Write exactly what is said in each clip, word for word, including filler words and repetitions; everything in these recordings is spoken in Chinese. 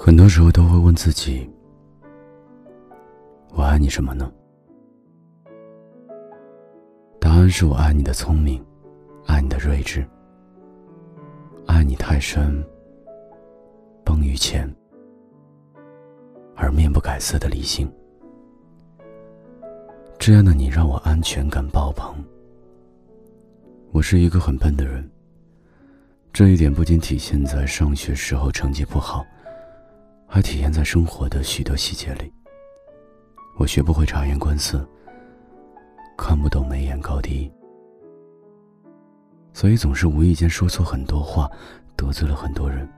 很多时候都会问自己，我爱你什么呢？答案是我爱你的聪明，爱你的睿智，爱你太深，崩于前，而面不改色的理性。这样的你让我安全感爆棚。我是一个很笨的人，这一点不仅体现在上学时候成绩不好，还体现在生活的许多细节里。我学不会察言观色，看不懂眉眼高低，所以总是无意间说错很多话，得罪了很多人。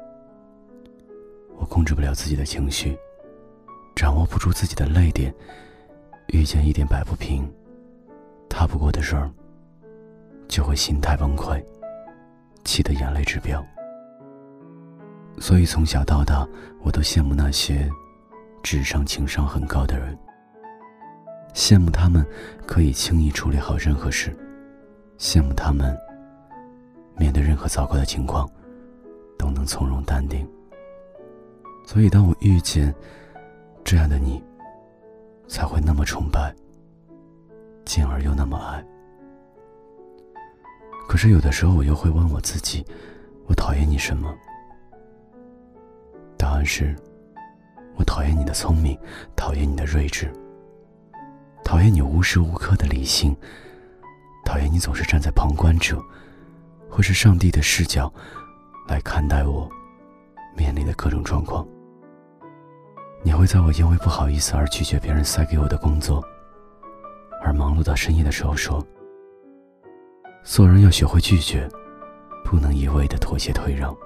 我控制不了自己的情绪，掌握不住自己的泪点，遇见一点摆不平踏不过的事儿，就会心态崩溃，气得眼泪直飙。所以从小到大，我都羡慕那些智商情商很高的人，羡慕他们可以轻易处理好任何事，羡慕他们面对任何糟糕的情况都能从容淡定。所以当我遇见这样的你，才会那么崇拜，进而又那么爱。可是有的时候我又会问我自己，我讨厌你什么？答案是，我讨厌你的聪明，讨厌你的睿智，讨厌你无时无刻的理性，讨厌你总是站在旁观者或是上帝的视角来看待我面临的各种状况。你会在我因为不好意思而拒绝别人塞给我的工作，而忙碌到深夜的时候说，做人要学会拒绝，不能一味的妥协退让。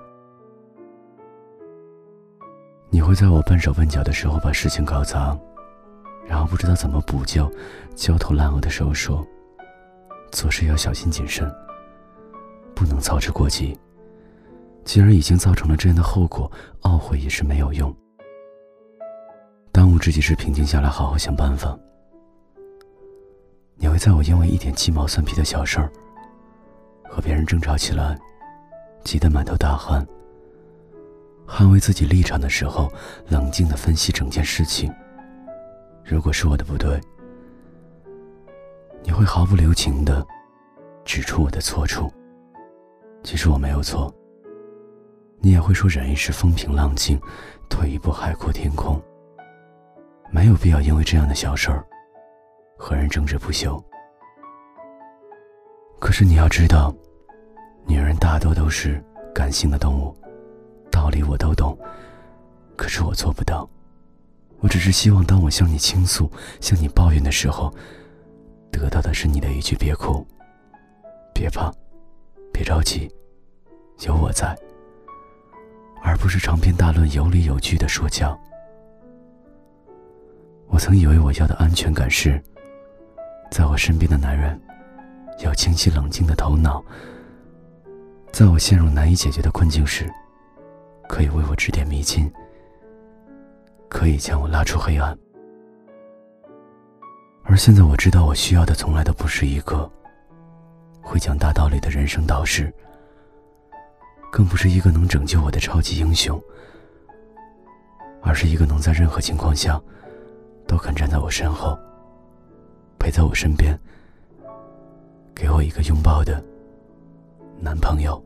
你会在我笨手笨脚的时候把事情搞砸，然后不知道怎么补救，焦头烂额的时候说，做事要小心谨慎，不能操之过急，既然已经造成了这样的后果，懊悔也是没有用。当务之急是平静下来，好好想办法。你会在我因为一点鸡毛蒜皮的小事儿和别人争吵起来，急得满头大汗，捍卫自己立场的时候，冷静地分析整件事情。如果是我的不对，你会毫不留情地指出我的错处，其实我没有错。你也会说忍一时风平浪静，退一步海阔天空，没有必要因为这样的小事儿和人争执不休。可是你要知道，女人大多都是感性的动物，道理我都懂，可是我做不到。我只是希望当我向你倾诉，向你抱怨的时候，得到的是你的一句别哭，别怕，别着急，有我在，而不是长篇大论有理有据的说教。我曾以为我要的安全感是，在我身边的男人有清晰冷静的头脑，在我陷入难以解决的困境时，可以为我指点迷津，可以将我拉出黑暗。而现在我知道，我需要的从来都不是一个会讲大道理的人生导师，更不是一个能拯救我的超级英雄，而是一个能在任何情况下都肯站在我身后，陪在我身边，给我一个拥抱的男朋友。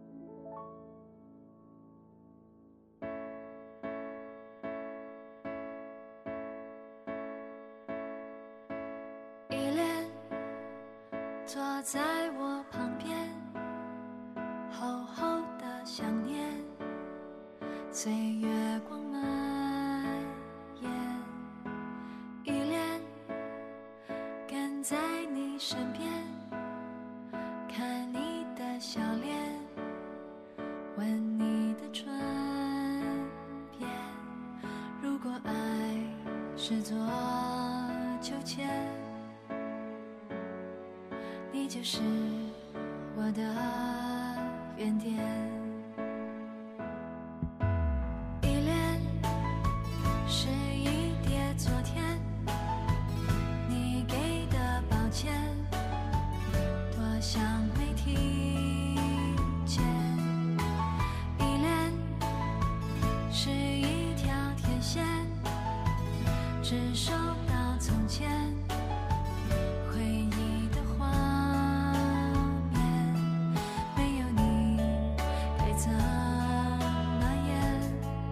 依恋坐在我旁边，厚厚的想念随月光蔓延，依恋跟在你身边，看你的笑脸，闻你的唇边。如果爱是座秋千，你就是我的原点。依恋是一叠昨天你给的抱歉，多想没听见。依恋是一只收到从前回忆的画面，没有你该怎么演？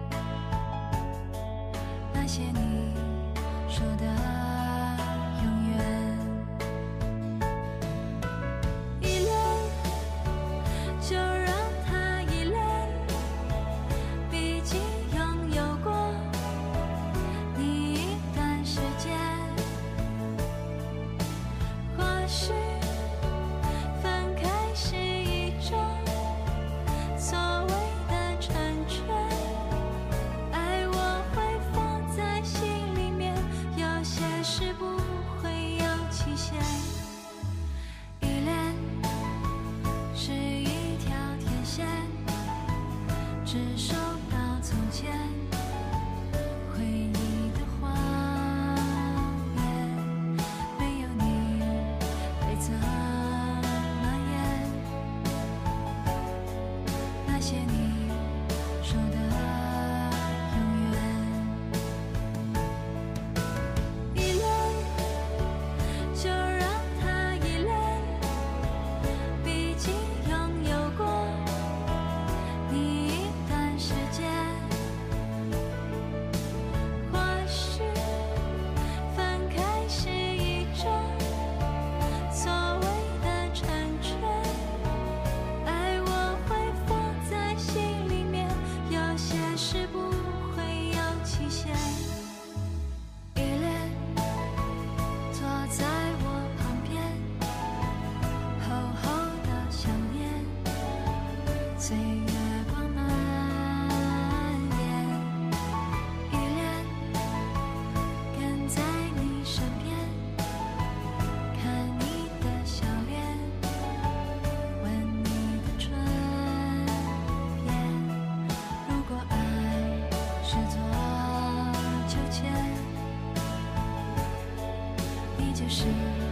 那些你说的永远，依恋就让它依恋，毕竟拥有过你一段时间。或许分开是一种所谓的成全，爱我会放在心里面，有些事不会有期限。依恋是一条天线，只收到从前回忆的画面，没有你该怎么演？那些你说的永远，依恋就让它依恋，毕竟拥有过你一段时间。或许分开是一种所谓的成全，爱我会放在心里面，有些事不会有期限。依恋坐在我旁边，厚厚的想念，随月光蔓延。依恋跟在你身边，看你的笑脸，闻你的唇边。如果爱是座秋千，你就是